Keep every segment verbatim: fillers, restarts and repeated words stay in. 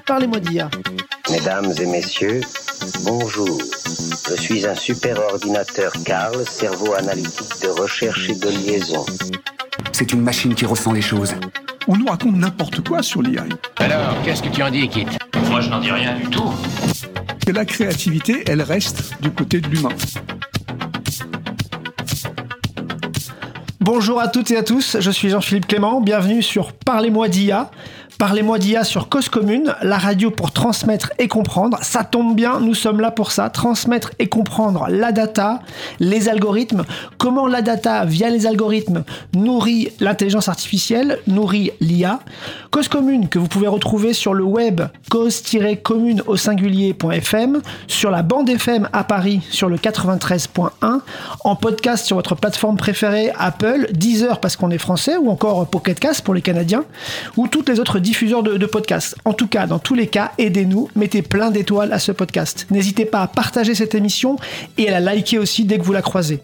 Parlez-moi d'I A. Mesdames et messieurs, bonjour. Je suis un super ordinateur Carl, cerveau analytique de recherche et de liaison. C'est une machine qui ressent les choses. On nous raconte n'importe quoi sur l'I A. Alors, qu'est-ce que tu en dis, Kit ? Moi, je n'en dis rien du tout. Que la créativité, elle reste du côté de l'humain. Bonjour à toutes et à tous, je suis Jean-Philippe Clément, bienvenue sur Parlez-moi d'I A. Parlez-moi d'I A sur Cause Commune, la radio pour transmettre et comprendre. Ça tombe bien, nous sommes là pour ça, transmettre et comprendre la data, les algorithmes, comment la data, via les algorithmes, nourrit l'intelligence artificielle, nourrit l'I A. Cause Commune que vous pouvez retrouver sur le web cause-commune au singulier.fm, sur la bande F M à Paris sur le quatre-vingt-treize point un, en podcast sur votre plateforme préférée Apple, Deezer parce qu'on est français ou encore Pocket Cast pour les Canadiens, ou toutes les autres diffuseurs de, de podcasts. En tout cas, dans tous les cas, aidez-nous, mettez plein d'étoiles à ce podcast. N'hésitez pas à partager cette émission et à la liker aussi dès que vous la croisez.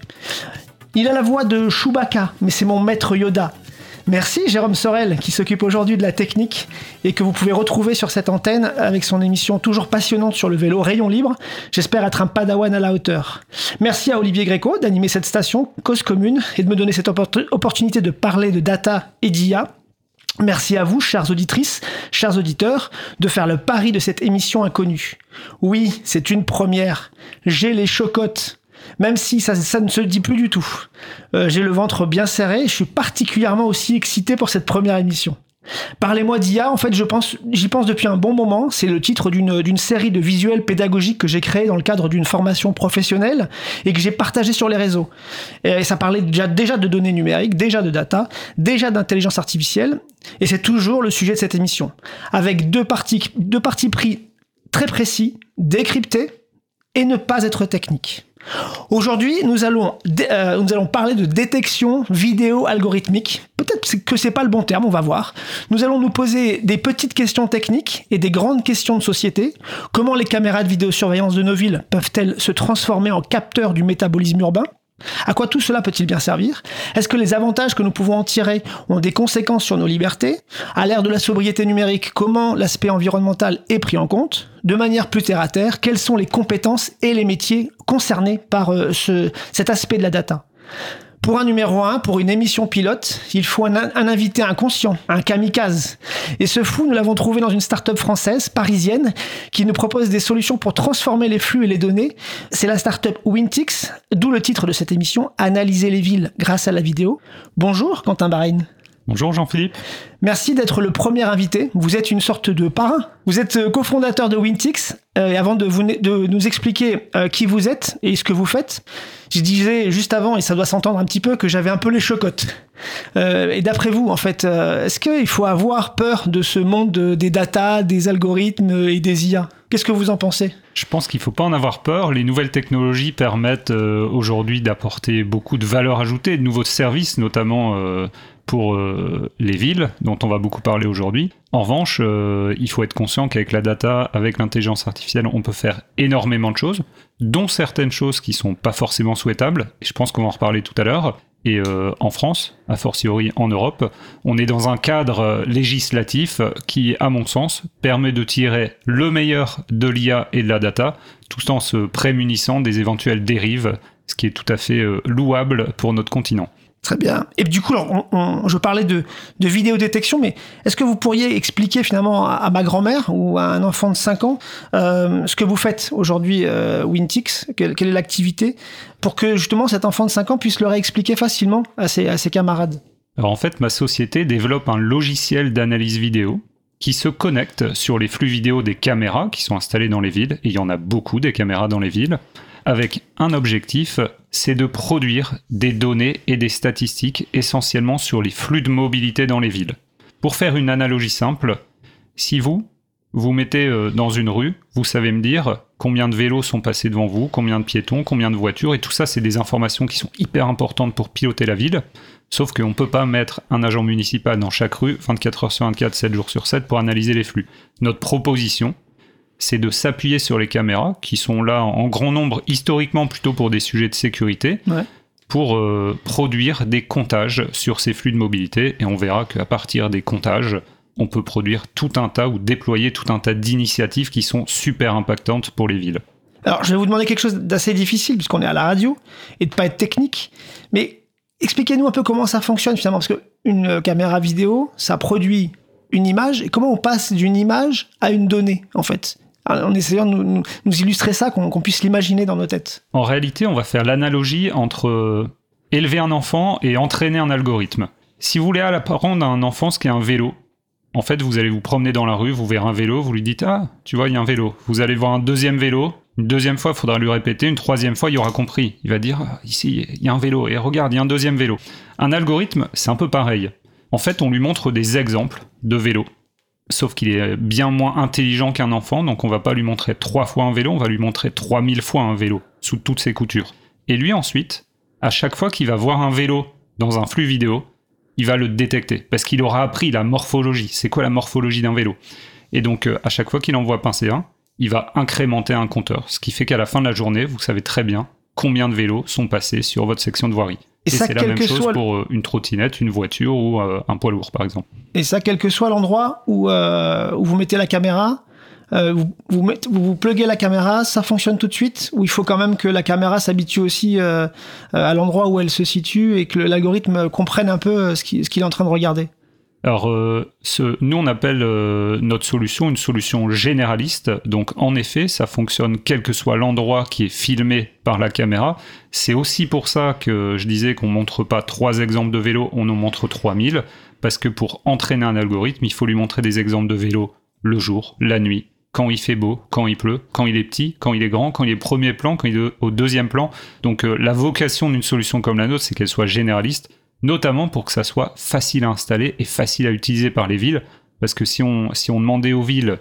Il a la voix de Chewbacca, mais c'est mon maître Yoda. Merci Jérôme Sorel qui s'occupe aujourd'hui de la technique et que vous pouvez retrouver sur cette antenne avec son émission toujours passionnante sur le vélo Rayon Libre. J'espère être un padawan à la hauteur. Merci à Olivier Gréco d'animer cette station Cause Commune et de me donner cette oppor- opportunité de parler de data et d'I A. Merci à vous, chères auditrices, chers auditeurs, de faire le pari de cette émission inconnue. Oui, c'est une première. J'ai les chocottes. Même si ça, ça ne se dit plus du tout. Euh, j'ai le ventre bien serré et je suis particulièrement aussi excité pour cette première émission. Parlez-moi d'I A, en fait, je pense, j'y pense depuis un bon moment. C'est le titre d'une, d'une série de visuels pédagogiques que j'ai créé dans le cadre d'une formation professionnelle et que j'ai partagé sur les réseaux. Et ça parlait déjà, déjà de données numériques, déjà de data, déjà d'intelligence artificielle. Et c'est toujours le sujet de cette émission. Avec deux parties, deux parties pris très précis, décryptés et ne pas être technique. Aujourd'hui, nous allons, dé- euh, nous allons parler de détection vidéo algorithmique. Peut-être que c'est pas le bon terme, on va voir. Nous allons nous poser des petites questions techniques et des grandes questions de société. Comment les caméras de vidéosurveillance de nos villes peuvent-elles se transformer en capteurs du métabolisme urbain ? À quoi tout cela peut-il bien servir ? Est-ce que les avantages que nous pouvons en tirer ont des conséquences sur nos libertés ? À l'ère de la sobriété numérique, comment l'aspect environnemental est pris en compte ? De manière plus terre-à-terre, quelles sont les compétences et les métiers concernés par euh, ce, cet aspect de la data ? Pour un numéro un, pour une émission pilote, il faut un, un invité inconscient, un kamikaze. Et ce fou, nous l'avons trouvé dans une start-up française, parisienne, qui nous propose des solutions pour transformer les flux et les données. C'est la start-up Wintix, d'où le titre de cette émission, Analyser les villes grâce à la vidéo. Bonjour Quentin Barine. Bonjour Jean-Philippe. Merci d'être le premier invité. Vous êtes une sorte de parrain. Vous êtes cofondateur de Wintix. Euh, et avant de, vous, de nous expliquer euh, qui vous êtes et ce que vous faites, je disais juste avant, et ça doit s'entendre un petit peu, que j'avais un peu les chocottes. Euh, et d'après vous, en fait, euh, est-ce qu'il faut avoir peur de ce monde de, des data, des algorithmes et des I A ? Qu'est-ce que vous en pensez ? Je pense qu'il ne faut pas en avoir peur. Les nouvelles technologies permettent euh, aujourd'hui d'apporter beaucoup de valeur ajoutée, de nouveaux services, notamment euh, pour euh, les villes, dont on va beaucoup parler aujourd'hui. En revanche, euh, il faut être conscient qu'avec la data, avec l'intelligence artificielle, on peut faire énormément de choses, dont certaines choses qui ne sont pas forcément souhaitables. Et je pense qu'on va en reparler tout à l'heure. Et euh, en France, a fortiori en Europe, on est dans un cadre législatif qui, à mon sens, permet de tirer le meilleur de l'I A et de la data, tout en se prémunissant des éventuelles dérives, ce qui est tout à fait euh, louable pour notre continent. Très bien. Et du coup, on, on, je parlais de, de vidéodétection, mais est-ce que vous pourriez expliquer finalement à, à ma grand-mère ou à un enfant de cinq ans euh, ce que vous faites aujourd'hui, euh, Wintix, quelle, quelle est l'activité, pour que justement cet enfant de cinq ans puisse le réexpliquer facilement à ses, à ses camarades ? Alors en fait, ma société développe un logiciel d'analyse vidéo qui se connecte sur les flux vidéo des caméras qui sont installées dans les villes, et il y en a beaucoup des caméras dans les villes, avec un objectif, c'est de produire des données et des statistiques essentiellement sur les flux de mobilité dans les villes. Pour faire une analogie simple, si vous, vous mettez dans une rue, vous savez me dire combien de vélos sont passés devant vous, combien de piétons, combien de voitures, et tout ça, c'est des informations qui sont hyper importantes pour piloter la ville, sauf qu'on ne peut pas mettre un agent municipal dans chaque rue, vingt-quatre heures sur vingt-quatre, sept jours sur sept, pour analyser les flux. Notre proposition, c'est de s'appuyer sur les caméras, qui sont là en grand nombre, historiquement plutôt pour des sujets de sécurité, ouais. pour euh, produire des comptages sur ces flux de mobilité, et on verra qu'à partir des comptages, on peut produire tout un tas ou déployer tout un tas d'initiatives qui sont super impactantes pour les villes. Alors, je vais vous demander quelque chose d'assez difficile, puisqu'on est à la radio, et de pas être technique, mais expliquez-nous un peu comment ça fonctionne finalement, parce qu'une caméra vidéo, ça produit une image, et comment on passe d'une image à une donnée, en fait, en essayant de nous, nous, nous illustrer ça, qu'on, qu'on puisse l'imaginer dans nos têtes. En réalité, on va faire l'analogie entre élever un enfant et entraîner un algorithme. Si vous voulez apprendre à un enfant ce qu'est un vélo, en fait, vous allez vous promener dans la rue, vous verrez un vélo, vous lui dites « Ah, tu vois, il y a un vélo ». Vous allez voir un deuxième vélo, une deuxième fois, il faudra lui répéter, une troisième fois, il aura compris. Il va dire ah, « Ici, il y a un vélo, et regarde, il y a un deuxième vélo ». Un algorithme, c'est un peu pareil. En fait, on lui montre des exemples de vélos. Sauf qu'il est bien moins intelligent qu'un enfant, donc on va pas lui montrer trois fois un vélo, on va lui montrer trois mille fois un vélo, sous toutes ses coutures. Et lui, ensuite, à chaque fois qu'il va voir un vélo dans un flux vidéo, il va le détecter, parce qu'il aura appris la morphologie. C'est quoi la morphologie d'un vélo ? Et donc, à chaque fois qu'il en voit pincer un, il va incrémenter un compteur, ce qui fait qu'à la fin de la journée, vous savez très bien combien de vélos sont passés sur votre section de voirie. Et, et ça, c'est la même chose soit... pour une trottinette, une voiture ou euh, un poids lourd, par exemple. Et ça, quel que soit l'endroit où, euh, où vous mettez la caméra, euh, vous, vous, mettez, vous, vous pluguez la caméra, ça fonctionne tout de suite, ou il faut quand même que la caméra s'habitue aussi euh, à l'endroit où elle se situe et que l'algorithme comprenne un peu ce qu'il, ce qu'il est en train de regarder ? Alors, euh, ce, nous, on appelle euh, notre solution une solution généraliste. Donc, en effet, ça fonctionne quel que soit l'endroit qui est filmé par la caméra. C'est aussi pour ça que je disais qu'on ne montre pas trois exemples de vélos, on en montre trois mille. Parce que pour entraîner un algorithme, il faut lui montrer des exemples de vélos le jour, la nuit, quand il fait beau, quand il pleut, quand il est petit, quand il est grand, quand il est premier plan, quand il est au deuxième plan. Donc, euh, la vocation d'une solution comme la nôtre, c'est qu'elle soit généraliste, notamment pour que ça soit facile à installer et facile à utiliser par les villes, parce que si on, si on demandait aux villes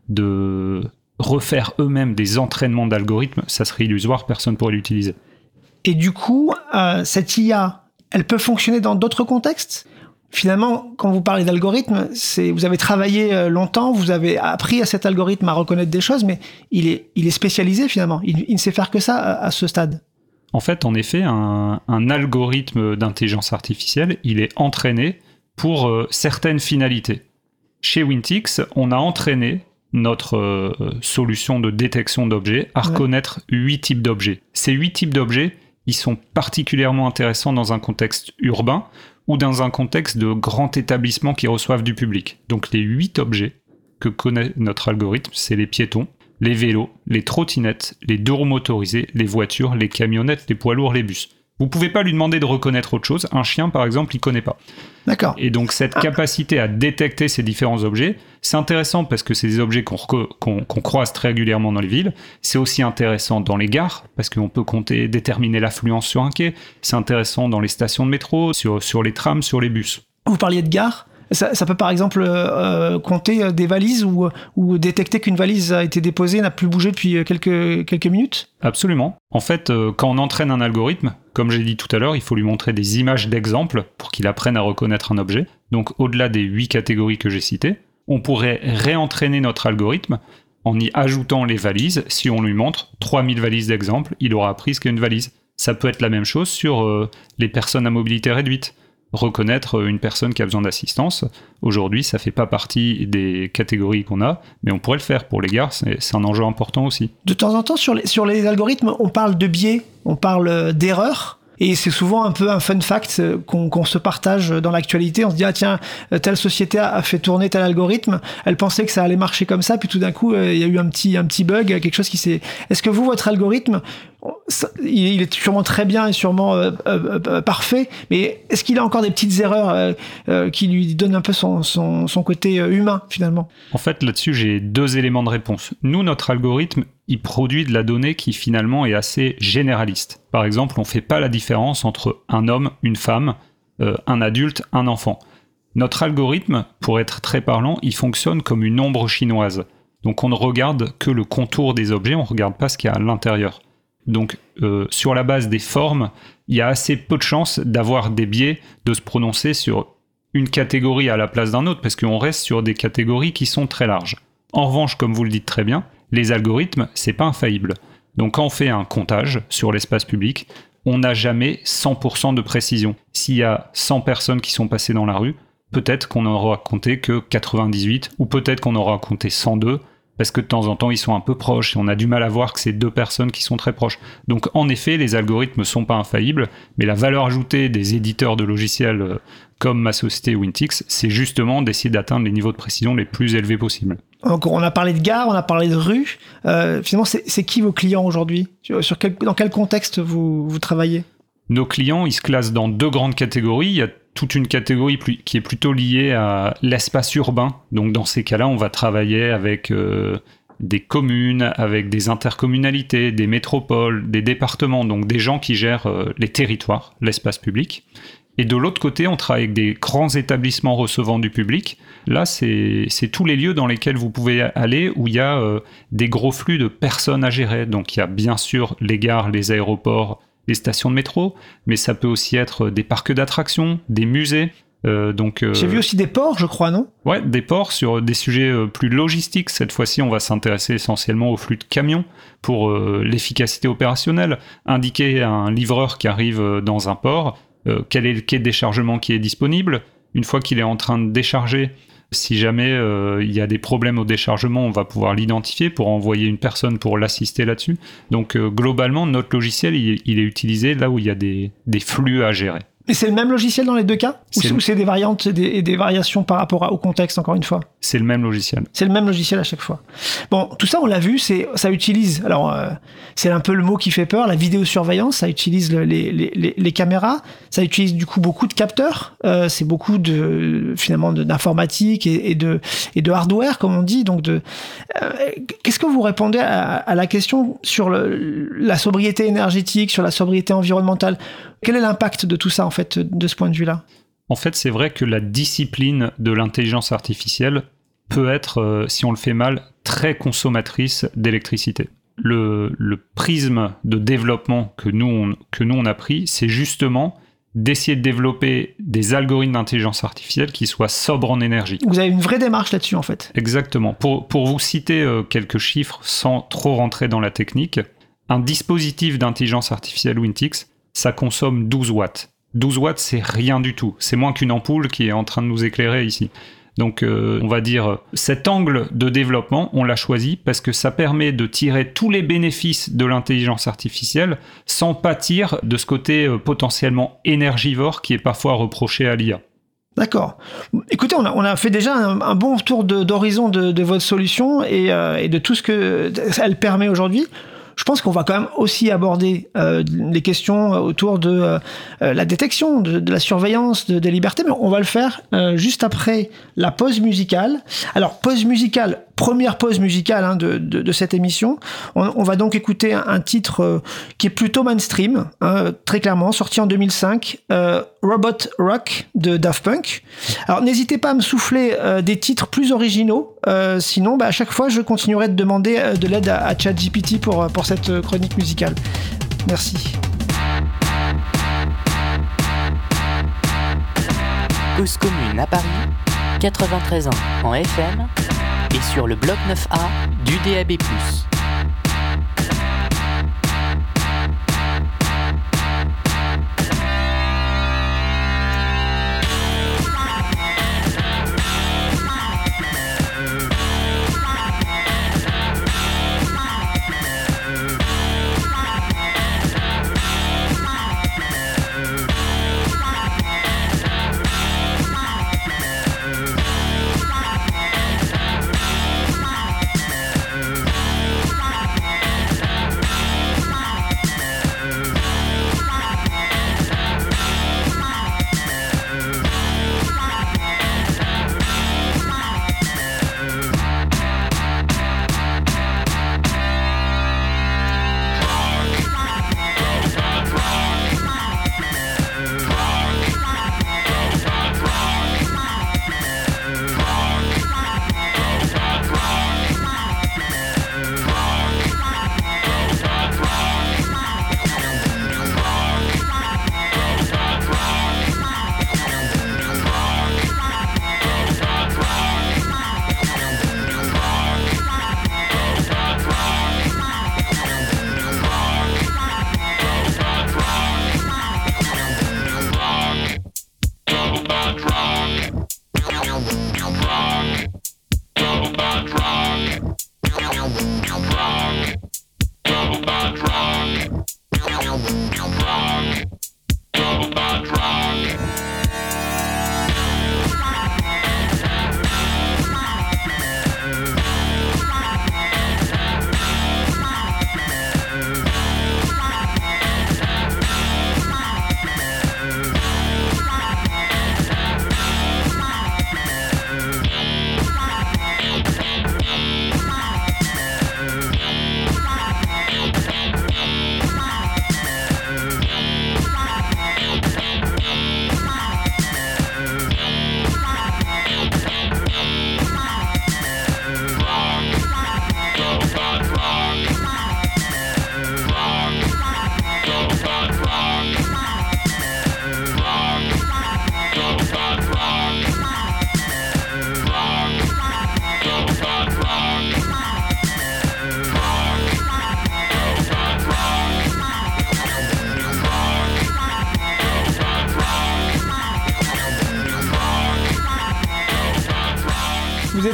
de refaire eux-mêmes des entraînements d'algorithmes, ça serait illusoire, personne ne pourrait l'utiliser. Et du coup, euh, cette I A, elle peut fonctionner dans d'autres contextes ? Finalement, quand vous parlez d'algorithme, c'est, vous avez travaillé longtemps, vous avez appris à cet algorithme à reconnaître des choses, mais il est, il est spécialisé finalement, il, il ne sait faire que ça à, à ce stade. En fait, en effet, un, un algorithme d'intelligence artificielle, il est entraîné pour euh, certaines finalités. Chez Wintix, on a entraîné notre euh, solution de détection d'objets à reconnaître huit types d'objets. Ces huit types d'objets, ils sont particulièrement intéressants dans un contexte urbain ou dans un contexte de grand établissement qui reçoivent du public. Donc les huit objets que connaît notre algorithme, c'est les piétons, les vélos, les trottinettes, les deux roues motorisées, les voitures, les camionnettes, les poids lourds, les bus. Vous pouvez pas lui demander de reconnaître autre chose. Un chien, par exemple, il connaît pas. D'accord. Et donc, cette capacité à détecter ces différents objets, c'est intéressant parce que c'est des objets qu'on, reco- qu'on, qu'on croise très régulièrement dans les villes. C'est aussi intéressant dans les gares parce qu'on peut compter, déterminer l'affluence sur un quai. C'est intéressant dans les stations de métro, sur, sur les trams, sur les bus. Vous parliez de gare. Ça, ça peut par exemple euh, compter des valises ou, ou détecter qu'une valise a été déposée, n'a plus bougé depuis quelques, quelques minutes ? Absolument. En fait, euh, quand on entraîne un algorithme, comme j'ai dit tout à l'heure, il faut lui montrer des images d'exemples pour qu'il apprenne à reconnaître un objet. Donc au-delà des huit catégories que j'ai citées, on pourrait réentraîner notre algorithme en y ajoutant les valises. Si on lui montre trois mille valises d'exemples, il aura appris ce qu'est une valise. Ça peut être la même chose sur euh, les personnes à mobilité réduite. Reconnaître une personne qui a besoin d'assistance. Aujourd'hui, ça fait pas partie des catégories qu'on a, mais on pourrait le faire pour les gares, c'est, c'est un enjeu important aussi. De temps en temps, sur les, sur les algorithmes, on parle de biais, on parle d'erreurs, et c'est souvent un peu un fun fact qu'on, qu'on se partage dans l'actualité. On se dit, ah tiens, telle société a fait tourner tel algorithme, elle pensait que ça allait marcher comme ça, puis tout d'un coup, il y a eu un petit, un petit bug, quelque chose qui s'est... Est-ce que vous, votre algorithme, il est sûrement très bien et sûrement euh, euh, euh, parfait, mais est-ce qu'il a encore des petites erreurs euh, euh, qui lui donnent un peu son, son, son côté euh, humain, finalement ? En fait, là-dessus, j'ai deux éléments de réponse. Nous, notre algorithme, il produit de la donnée qui, finalement, est assez généraliste. Par exemple, on ne fait pas la différence entre un homme, une femme, euh, un adulte, un enfant. Notre algorithme, pour être très parlant, il fonctionne comme une ombre chinoise. Donc, on ne regarde que le contour des objets, on ne regarde pas ce qu'il y a à l'intérieur. Donc, euh, sur la base des formes, il y a assez peu de chances d'avoir des biais, de se prononcer sur une catégorie à la place d'un autre, parce qu'on reste sur des catégories qui sont très larges. En revanche, comme vous le dites très bien, les algorithmes, c'est pas infaillible. Donc, quand on fait un comptage sur l'espace public, on n'a jamais cent pour cent de précision. S'il y a cent personnes qui sont passées dans la rue, peut-être qu'on n'aura compté que quatre-vingt-dix-huit, ou peut-être qu'on aura compté cent deux, parce que de temps en temps, ils sont un peu proches, et on a du mal à voir que c'est deux personnes qui sont très proches. Donc en effet, les algorithmes ne sont pas infaillibles, mais la valeur ajoutée des éditeurs de logiciels euh, comme ma société Wintix, c'est justement d'essayer d'atteindre les niveaux de précision les plus élevés possibles. Donc, on a parlé de gare, on a parlé de rue. Euh, finalement, c'est, c'est qui vos clients aujourd'hui ? Sur quel, dans quel contexte vous, vous travaillez ? Nos clients, ils se classent dans deux grandes catégories. Il y a toute une catégorie plus, qui est plutôt liée à l'espace urbain. Donc dans ces cas-là, on va travailler avec euh, des communes, avec des intercommunalités, des métropoles, des départements, donc des gens qui gèrent euh, les territoires, l'espace public. Et de l'autre côté, on travaille avec des grands établissements recevant du public. Là, c'est, c'est tous les lieux dans lesquels vous pouvez aller où il y a euh, des gros flux de personnes à gérer. Donc il y a bien sûr les gares, les aéroports, les stations de métro, mais ça peut aussi être des parcs d'attractions, des musées. Euh, donc, euh... J'ai vu aussi des ports, je crois, non ? Ouais, des ports sur des sujets euh, plus logistiques. Cette fois-ci, on va s'intéresser essentiellement au flux de camions pour euh, l'efficacité opérationnelle. Indiquer à un livreur qui arrive euh, dans un port euh, quel est le quai de déchargement qui est disponible. Une fois qu'il est en train de décharger, si jamais euh, il y a des problèmes au déchargement, on va pouvoir l'identifier pour envoyer une personne pour l'assister là-dessus. Donc euh, globalement, notre logiciel, il, il est utilisé là où il y a des, des flux à gérer. Et c'est le même logiciel dans les deux cas ? Ou c'est, ou c'est des variantes et des, des variations par rapport à, au contexte, encore une fois ? C'est le même logiciel. C'est le même logiciel à chaque fois. Bon, tout ça, on l'a vu, c'est, ça utilise, alors euh, c'est un peu le mot qui fait peur, la vidéosurveillance, ça utilise le, les, les, les, les caméras, ça utilise du coup beaucoup de capteurs, euh, c'est beaucoup de, finalement, de, d'informatique et, et, de, et de hardware, comme on dit. Donc de, euh, qu'est-ce que vous répondez à, à la question sur le, la sobriété énergétique, sur la sobriété environnementale ? Quel est l'impact de tout ça, en fait, de ce point de vue-là ? En fait, c'est vrai que la discipline de l'intelligence artificielle peut être, euh, si on le fait mal, très consommatrice d'électricité. Le, le prisme de développement que nous, on, que nous, on a pris, c'est justement d'essayer de développer des algorithmes d'intelligence artificielle qui soient sobres en énergie. Vous avez une vraie démarche là-dessus, en fait. Exactement. Pour, pour vous citer euh, quelques chiffres sans trop rentrer dans la technique, un dispositif d'intelligence artificielle Wintix, ça consomme douze watts. douze watts, c'est rien du tout. C'est moins qu'une ampoule qui est en train de nous éclairer ici. Donc, euh, on va dire, cet angle de développement, on l'a choisi parce que ça permet de tirer tous les bénéfices de l'intelligence artificielle sans pâtir de ce côté euh, potentiellement énergivore qui est parfois reproché à l'I A. D'accord. Écoutez, on a, on a fait déjà un, un bon tour de, d'horizon de, de votre solution et, euh, et de tout ce qu'elle permet aujourd'hui. Je pense qu'on va quand même aussi aborder euh, les questions autour de euh, la détection, de, de la surveillance, de, des libertés, mais on va le faire euh, juste après la pause musicale. Alors, pause musicale, première pause musicale hein, de, de, de cette émission. On, on va donc écouter un, un titre euh, qui est plutôt mainstream, hein, très clairement, sorti en deux mille cinq, euh, Robot Rock de Daft Punk. Alors, n'hésitez pas à me souffler euh, des titres plus originaux, euh, sinon, bah, à chaque fois, je continuerai de demander euh, de l'aide à, à ChatGPT pour, pour cette chronique musicale. Merci. Cause commune à Paris, quatre-vingt-treize ans en F M et sur le bloc neuf A du D A B plus.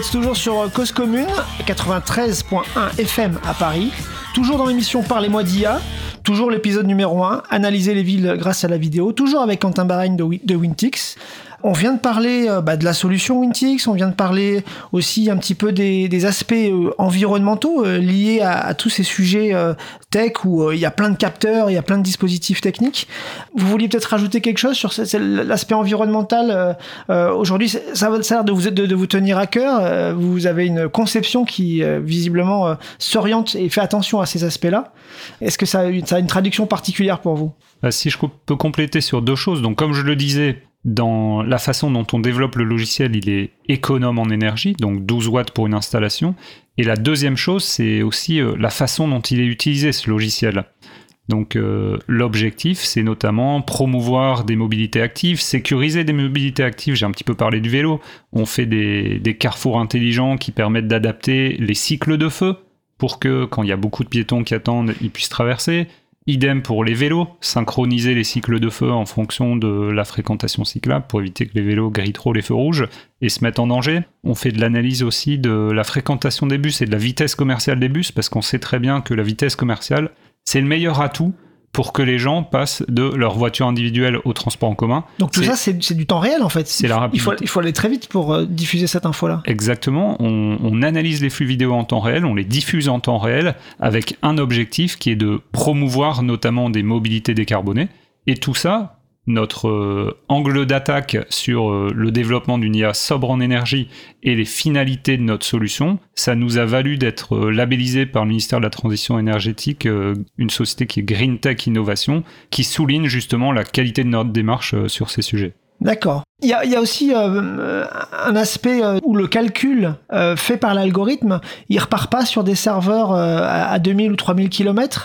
êtes toujours sur Cause Commune, quatre-vingt-treize point un F M à Paris. Toujours dans l'émission Parlez-moi d'I A. Toujours l'épisode numéro un, analyser les villes grâce à la vidéo. Toujours avec Quentin Baragne de, de Wintix. On vient de parler euh, bah, de la solution Wintix, on vient de parler aussi un petit peu des, des aspects euh, environnementaux euh, liés à, à tous ces sujets euh, tech où il euh, y a plein de capteurs, il y a plein de dispositifs techniques. Vous vouliez peut-être rajouter quelque chose sur ce, c'est l'aspect environnemental euh, euh, aujourd'hui, ça, ça a l'air de vous, de, de vous tenir à cœur. Euh, vous avez une conception qui euh, visiblement euh, s'oriente et fait attention à ces aspects-là. Est-ce que ça a, une, ça a une traduction particulière pour vous ? Bah, si je peux compléter sur deux choses. Donc, comme je le disais, dans la façon dont on développe le logiciel, il est économe en énergie, donc douze watts pour une installation. Et la deuxième chose, c'est aussi euh, la façon dont il est utilisé, ce logiciel. Donc euh, l'objectif, c'est notamment promouvoir des mobilités actives, sécuriser des mobilités actives. J'ai un petit peu parlé du vélo. On fait des, des carrefours intelligents qui permettent d'adapter les cycles de feu pour que, quand il y a beaucoup de piétons qui attendent, ils puissent traverser. Idem pour les vélos, synchroniser les cycles de feu en fonction de la fréquentation cyclable pour éviter que les vélos grillent trop les feux rouges et se mettent en danger. On fait de l'analyse aussi de la fréquentation des bus et de la vitesse commerciale des bus parce qu'on sait très bien que la vitesse commerciale, c'est le meilleur atout pour que les gens passent de leur voiture individuelle au transport en commun. Donc tout c'est, ça, c'est, c'est du temps réel en fait. C'est la rapidité. Il faut, il faut aller très vite pour euh, diffuser cette info-là. Exactement. On, on analyse les flux vidéo en temps réel, on les diffuse en temps réel avec un objectif qui est de promouvoir notamment des mobilités décarbonées. Et tout ça, notre euh, angle d'attaque sur euh, le développement d'une I A sobre en énergie et les finalités de notre solution, ça nous a valu d'être euh, labellisé par le ministère de la Transition énergétique, euh, une société qui est Green Tech Innovation, qui souligne justement la qualité de notre démarche euh, sur ces sujets. D'accord. Il y a, il y a aussi euh, un aspect euh, où le calcul euh, fait par l'algorithme, il repart pas sur des serveurs euh, à deux mille ou trois mille kilomètres.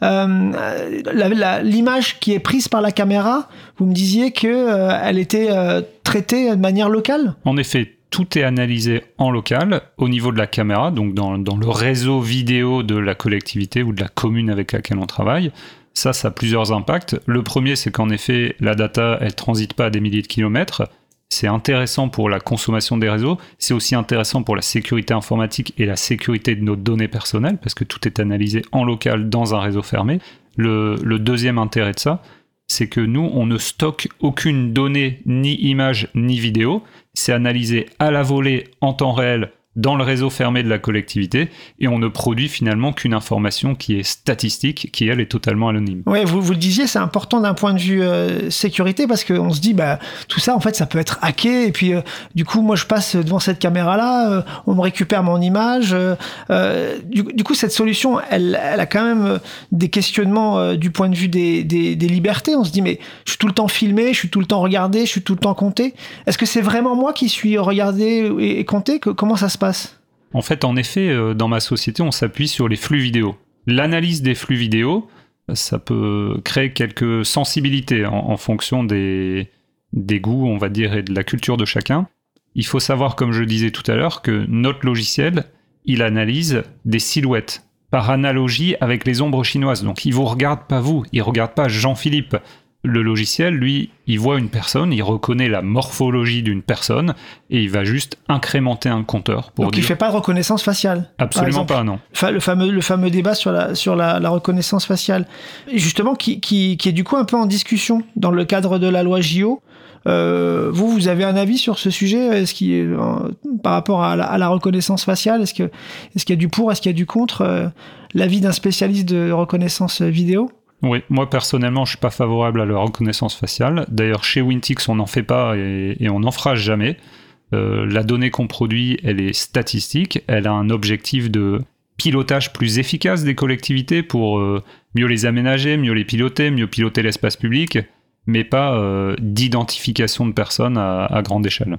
Euh, la, la, l'image qui est prise par la caméra, vous me disiez qu'elle euh, était euh, traitée de manière locale ? En effet, tout est analysé en local, au niveau de la caméra, donc dans, dans le réseau vidéo de la collectivité ou de la commune avec laquelle on travaille. Ça, ça a plusieurs impacts. Le premier, c'est qu'en effet, la data, elle transite pas à des milliers de kilomètres. C'est intéressant pour la consommation des réseaux. C'est aussi intéressant pour la sécurité informatique et la sécurité de nos données personnelles, parce que tout est analysé en local dans un réseau fermé. Le, le deuxième intérêt de ça, c'est que nous, on ne stocke aucune donnée, ni image, ni vidéo. C'est analysé à la volée, en temps réel, dans le réseau fermé de la collectivité, et on ne produit finalement qu'une information qui est statistique, qui elle est totalement anonyme. Oui, vous, vous le disiez, c'est important d'un point de vue euh, sécurité, parce qu'on se dit, bah, tout ça, en fait, ça peut être hacké, et puis euh, du coup, moi, je passe devant cette caméra-là, euh, on me récupère mon image. Euh, euh, du, du coup, cette solution, elle, elle a quand même des questionnements euh, du point de vue des, des, des libertés. On se dit, mais je suis tout le temps filmé, je suis tout le temps regardé, je suis tout le temps compté. Est-ce que c'est vraiment moi qui suis regardé et, et compté ? que, Comment ça se passe ? En fait, en effet, dans ma société, on s'appuie sur les flux vidéo. L'analyse des flux vidéo, ça peut créer quelques sensibilités en, en fonction des, des goûts, on va dire, et de la culture de chacun. Il faut savoir, comme je disais tout à l'heure, que notre logiciel, il analyse des silhouettes, par analogie avec les ombres chinoises. Donc, il ne vous regarde pas vous, il ne regarde pas Jean-Philippe. Le logiciel, lui, il voit une personne, il reconnaît la morphologie d'une personne et il va juste incrémenter un compteur. Pour Donc dire... il ne fait pas de reconnaissance faciale ? Absolument pas, non. Le fameux, le fameux débat sur la, sur la, la reconnaissance faciale, justement, qui, qui, qui est du coup un peu en discussion dans le cadre de la loi J O. Euh, vous, vous avez un avis sur ce sujet ? Est-ce qu'il, euh, par rapport à la, à la reconnaissance faciale, est-ce, que, est-ce qu'il y a du pour, est-ce qu'il y a du contre ? euh, L'avis d'un spécialiste de reconnaissance vidéo ? Oui, moi personnellement, je suis pas favorable à la reconnaissance faciale. D'ailleurs, chez Wintix, on n'en fait pas et, et on n'en fera jamais. Euh, la donnée qu'on produit, elle est statistique. Elle a un objectif de pilotage plus efficace des collectivités pour euh, mieux les aménager, mieux les piloter, mieux piloter l'espace public, mais pas euh, d'identification de personnes à, à grande échelle.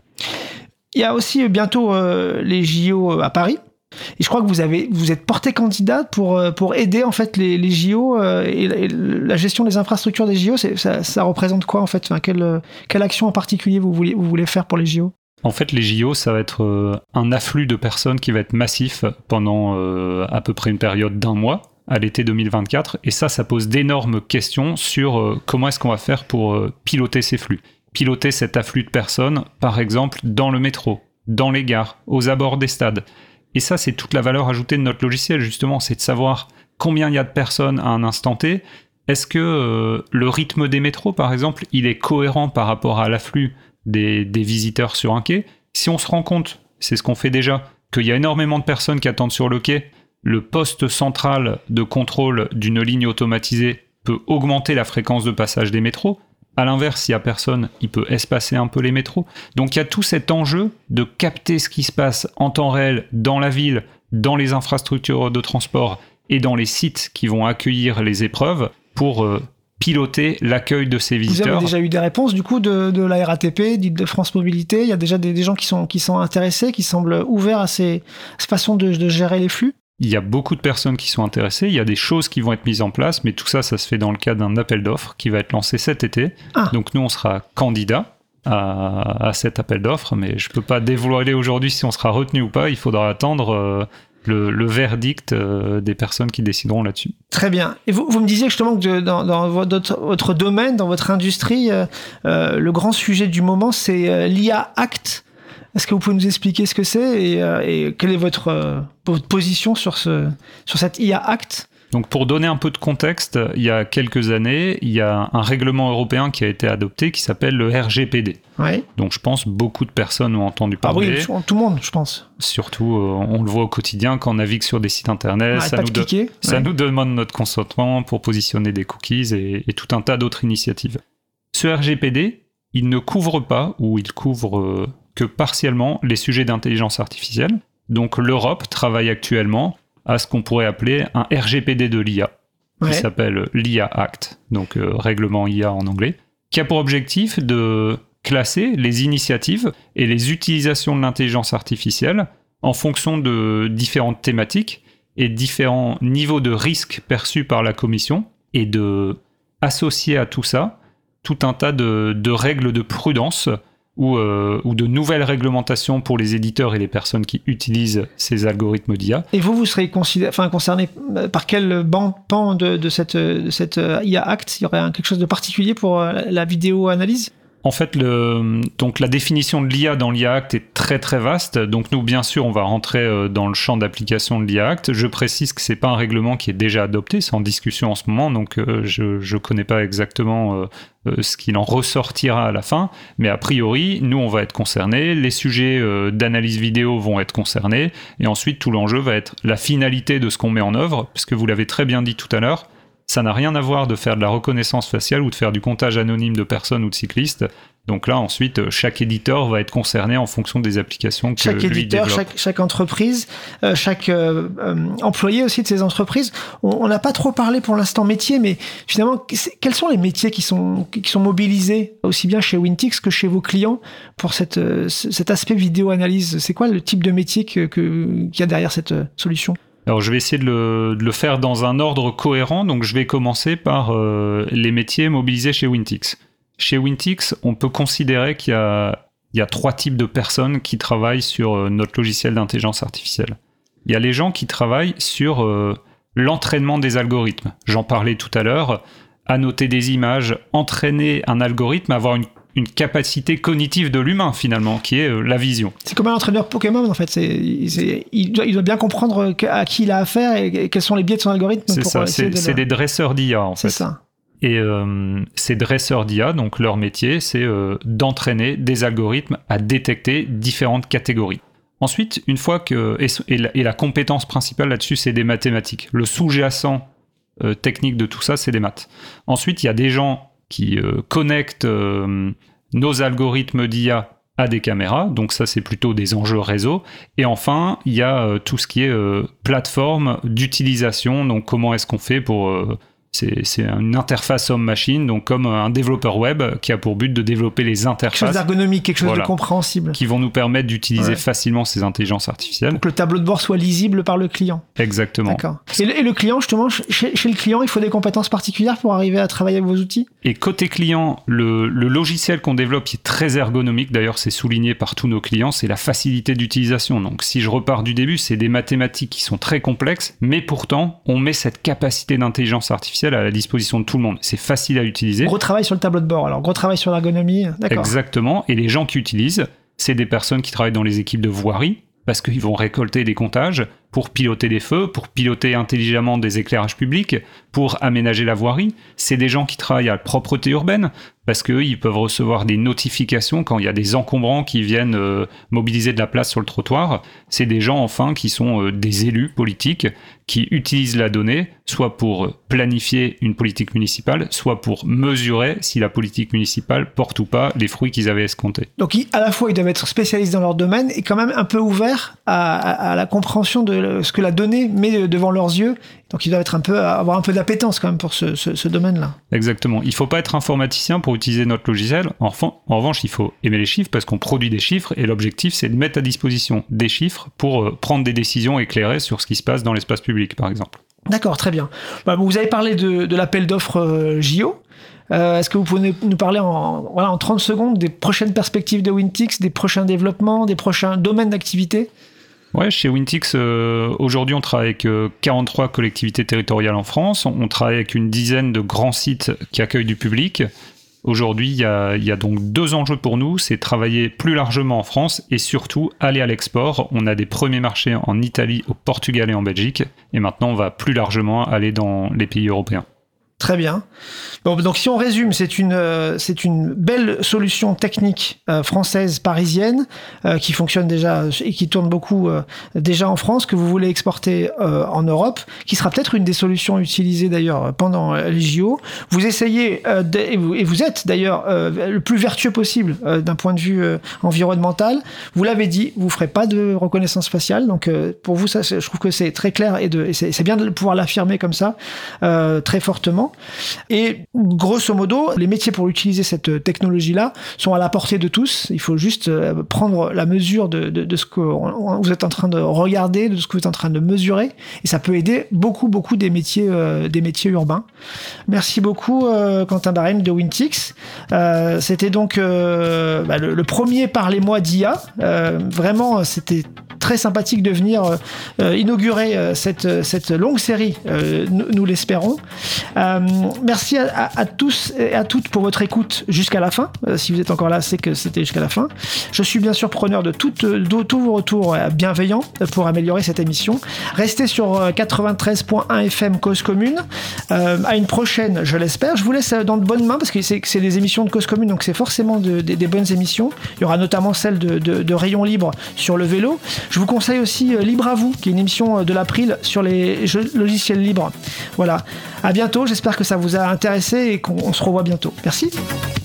Il y a aussi bientôt euh, les J O à Paris. Et je crois que vous avez, vous êtes porté candidate pour pour aider en fait les, les J O euh, et, la, et la gestion des infrastructures des J O. C'est, ça, ça représente quoi en fait ? Enfin, quelle quelle action en particulier vous voulez vous voulez faire pour les J O ? En fait, les J O, ça va être euh, un afflux de personnes qui va être massif pendant euh, à peu près une période d'un mois à l'été deux mille vingt-quatre. Et ça, ça pose d'énormes questions sur euh, comment est-ce qu'on va faire pour euh, piloter ces flux, piloter cet afflux de personnes, par exemple dans le métro. dans les gares, aux abords des stades. Et ça, c'est toute la valeur ajoutée de notre logiciel, justement, c'est de savoir combien il y a de personnes à un instant T. Est-ce que euh, le rythme des métros, par exemple, il est cohérent par rapport à l'afflux des, des visiteurs sur un quai ? Si on se rend compte, c'est ce qu'on fait déjà, qu'il y a énormément de personnes qui attendent sur le quai, le poste central de contrôle d'une ligne automatisée peut augmenter la fréquence de passage des métros. À l'inverse, s'il n'y a personne, il peut espacer un peu les métros. Donc il y a tout cet enjeu de capter ce qui se passe en temps réel dans la ville, dans les infrastructures de transport et dans les sites qui vont accueillir les épreuves pour euh, piloter l'accueil de ces visiteurs. Vous avez déjà eu des réponses du coup de, de la R A T P, d'Île-de-France Mobilité. Il y a déjà des, des gens qui sont, qui sont intéressés, qui semblent ouverts à ces, ces façons de, de gérer les flux. Il y a beaucoup de personnes qui sont intéressées, il y a des choses qui vont être mises en place, mais tout ça, ça se fait dans le cadre d'un appel d'offres qui va être lancé cet été. Ah. Donc nous, on sera candidat à, à cet appel d'offres, mais je ne peux pas dévoiler aujourd'hui si on sera retenu ou pas, il faudra attendre euh, le, le verdict euh, des personnes qui décideront là-dessus. Très bien. Et vous, vous me disiez justement que de, dans, dans votre, votre domaine, dans votre industrie, euh, euh, le grand sujet du moment, c'est euh, l'I A Act. Est-ce que vous pouvez nous expliquer ce que c'est et, euh, et quelle est votre, euh, votre position sur, ce, sur cette I A Act ? Donc pour donner un peu de contexte, il y a quelques années, il y a un règlement européen qui a été adopté qui s'appelle le R G P D. Oui. Donc je pense beaucoup de personnes ont entendu parler. Ah oui, tout le monde, je pense. Surtout, euh, on le voit au quotidien quand on navigue sur des sites internet. Ah, ça nous, de... ça ouais. nous demande notre consentement pour positionner des cookies et, et tout un tas d'autres initiatives. Ce R G P D, il ne couvre pas, ou il couvre... Euh, que partiellement les sujets d'intelligence artificielle. Donc l'Europe travaille actuellement à ce qu'on pourrait appeler un R G P D de l'I A, qui ouais. s'appelle l'I A Act, donc euh, règlement I A en anglais, qui a pour objectif de classer les initiatives et les utilisations de l'intelligence artificielle en fonction de différentes thématiques et différents niveaux de risque perçus par la Commission, et de associer à tout ça tout un tas de, de règles de prudence Ou, euh, ou de nouvelles réglementations pour les éditeurs et les personnes qui utilisent ces algorithmes d'I A. Et vous, vous serez considéré, enfin, concerné par quel pan de, de, cette, de cette I A Act ? Il y aurait quelque chose de particulier pour la vidéo-analyse ? En fait, le, donc la définition de l'I A dans l'I A Act est très très vaste. Donc nous, bien sûr, on va rentrer dans le champ d'application de l'I A Act. Je précise que c'est pas un règlement qui est déjà adopté, c'est en discussion en ce moment, donc euh, je je connais pas exactement euh, euh, ce qu'il en ressortira à la fin. Mais a priori, nous, on va être concernés. Les sujets euh, d'analyse vidéo vont être concernés. Et ensuite, tout l'enjeu va être la finalité de ce qu'on met en œuvre, parce que vous l'avez très bien dit tout à l'heure. Ça n'a rien à voir de faire de la reconnaissance faciale ou de faire du comptage anonyme de personnes ou de cyclistes. Donc là, ensuite, chaque éditeur va être concerné en fonction des applications que chaque lui éditeur, développe. Chaque, chaque entreprise, euh, chaque euh, euh, employé aussi de ces entreprises. On n'a pas trop parlé pour l'instant métier, mais finalement, quels sont les métiers qui sont, qui sont mobilisés aussi bien chez Wintix que chez vos clients pour cette, euh, cet aspect vidéo-analyse ? C'est quoi le type de métier que, que, qu'il y a derrière cette euh, solution ? Alors je vais essayer de le, de le faire dans un ordre cohérent, donc je vais commencer par euh, les métiers mobilisés chez Wintix. Chez Wintix, on peut considérer qu'il y a, il y a trois types de personnes qui travaillent sur euh, notre logiciel d'intelligence artificielle. Il y a les gens qui travaillent sur euh, l'entraînement des algorithmes. J'en parlais tout à l'heure, annoter des images, entraîner un algorithme, avoir une une capacité cognitive de l'humain, finalement, qui est euh, la vision. C'est comme un entraîneur Pokémon, en fait. C'est, c'est, il, doit, il doit bien comprendre à qui il a affaire et, et quels sont les biais de son algorithme. C'est pour ça, c'est, de c'est le... des dresseurs d'I A, en c'est fait. C'est ça. Et euh, ces dresseurs d'I A, donc leur métier, c'est euh, d'entraîner des algorithmes à détecter différentes catégories. Ensuite, une fois que... Et, et, la, et la compétence principale là-dessus, c'est des mathématiques. Le sous-jacent euh, technique de tout ça, c'est des maths. Ensuite, il y a des gens qui euh, connectent euh, nos algorithmes d'I A à des caméras, donc ça c'est plutôt des enjeux réseau. Et enfin, il y a euh, tout ce qui est euh, plateforme d'utilisation, donc comment est-ce qu'on fait pour... Euh, c'est, c'est une interface homme-machine, donc comme un développeur web qui a pour but de développer les interfaces. Quelque chose d'ergonomique, quelque chose voilà, de compréhensible. Qui vont nous permettre d'utiliser ouais. facilement ces intelligences artificielles. Donc le tableau de bord soit lisible par le client. Exactement. D'accord. Et le, et le client, justement, chez, chez le client, il faut des compétences particulières pour arriver à travailler avec vos outils ? Et côté client, le, le logiciel qu'on développe qui est très ergonomique, d'ailleurs c'est souligné par tous nos clients, c'est la facilité d'utilisation. Donc si je repars du début, c'est des mathématiques qui sont très complexes, mais pourtant, on met cette capacité d'intelligence artificielle à la disposition de tout le monde. C'est facile à utiliser. Gros travail sur le tableau de bord, alors gros travail sur l'ergonomie, d'accord. Exactement, et les gens qui utilisent c'est des personnes qui travaillent dans les équipes de voirie, parce qu'ils vont récolter des comptages pour piloter des feux, pour piloter intelligemment des éclairages publics, pour aménager la voirie. C'est des gens qui travaillent à la propreté urbaine, parce qu'eux, ils peuvent recevoir des notifications quand il y a des encombrants qui viennent euh, mobiliser de la place sur le trottoir. C'est des gens, enfin, qui sont euh, des élus politiques, qui utilisent la donnée, soit pour planifier une politique municipale, soit pour mesurer si la politique municipale porte ou pas les fruits qu'ils avaient escomptés. Donc, à la fois, ils doivent être spécialistes dans leur domaine et quand même un peu ouverts à, à, à la compréhension de ce que la donnée met devant leurs yeux. Donc, ils doivent être un peu, avoir un peu d'appétence quand même pour ce, ce, ce domaine-là. Exactement. Il ne faut pas être informaticien pour utiliser notre logiciel. En, en revanche, il faut aimer les chiffres parce qu'on produit des chiffres et l'objectif, c'est de mettre à disposition des chiffres pour euh, prendre des décisions éclairées sur ce qui se passe dans l'espace public, par exemple. D'accord, très bien. Bah, vous avez parlé de, de l'appel d'offres euh, J O. Euh, est-ce que vous pouvez nous parler en, voilà, en trente secondes des prochaines perspectives de Wintix, des prochains développements, des prochains domaines d'activité ? Ouais, chez Wintix, euh, aujourd'hui, on travaille avec euh, quarante-trois collectivités territoriales en France. On, on travaille avec une dizaine de grands sites qui accueillent du public. Aujourd'hui, il y a, y a donc deux enjeux pour nous. C'est travailler plus largement en France et surtout aller à l'export. On a des premiers marchés en Italie, au Portugal et en Belgique. Et maintenant, on va plus largement aller dans les pays européens. Très bien. Bon, donc si on résume, c'est une, euh, c'est une belle solution technique euh, française, parisienne, euh, qui fonctionne déjà et qui tourne beaucoup euh, déjà en France, que vous voulez exporter euh, en Europe, qui sera peut-être une des solutions utilisées d'ailleurs pendant les J O. Vous essayez, euh, de, et, vous, et vous êtes d'ailleurs euh, le plus vertueux possible euh, d'un point de vue euh, environnemental. Vous l'avez dit, vous ne ferez pas de reconnaissance faciale. Donc euh, pour vous, ça, je trouve que c'est très clair et, de, et c'est, c'est bien de pouvoir l'affirmer comme ça, euh, très fortement. Et grosso modo, les métiers pour utiliser cette technologie-là sont à la portée de tous. Il faut juste prendre la mesure de, de, de ce que vous êtes en train de regarder, de ce que vous êtes en train de mesurer. Et ça peut aider beaucoup, beaucoup des métiers, euh, des métiers urbains. Merci beaucoup, euh, Quentin Barème de Wintix. Euh, c'était donc euh, bah, le, le premier Parlez-moi d'I A. Euh, vraiment, c'était très sympathique de venir euh, inaugurer euh, cette, cette longue série, euh, nous, nous l'espérons. Euh, merci à, à, à tous et à toutes pour votre écoute jusqu'à la fin. Euh, si vous êtes encore là, c'est que c'était jusqu'à la fin. Je suis bien sûr preneur de tous vos retours bienveillants pour améliorer cette émission. Restez sur quatre-vingt-treize point un F M Cause Commune. Euh, à une prochaine, je l'espère. Je vous laisse dans de bonnes mains parce que c'est, c'est des émissions de Cause Commune, donc c'est forcément de, de, des bonnes émissions. Il y aura notamment celle de, de, de Rayon Libre sur le vélo. Je vous conseille aussi Libre à vous, qui est une émission de l'April sur les jeux logiciels libres. Voilà. À bientôt. J'espère que ça vous a intéressé et qu'on se revoit bientôt. Merci.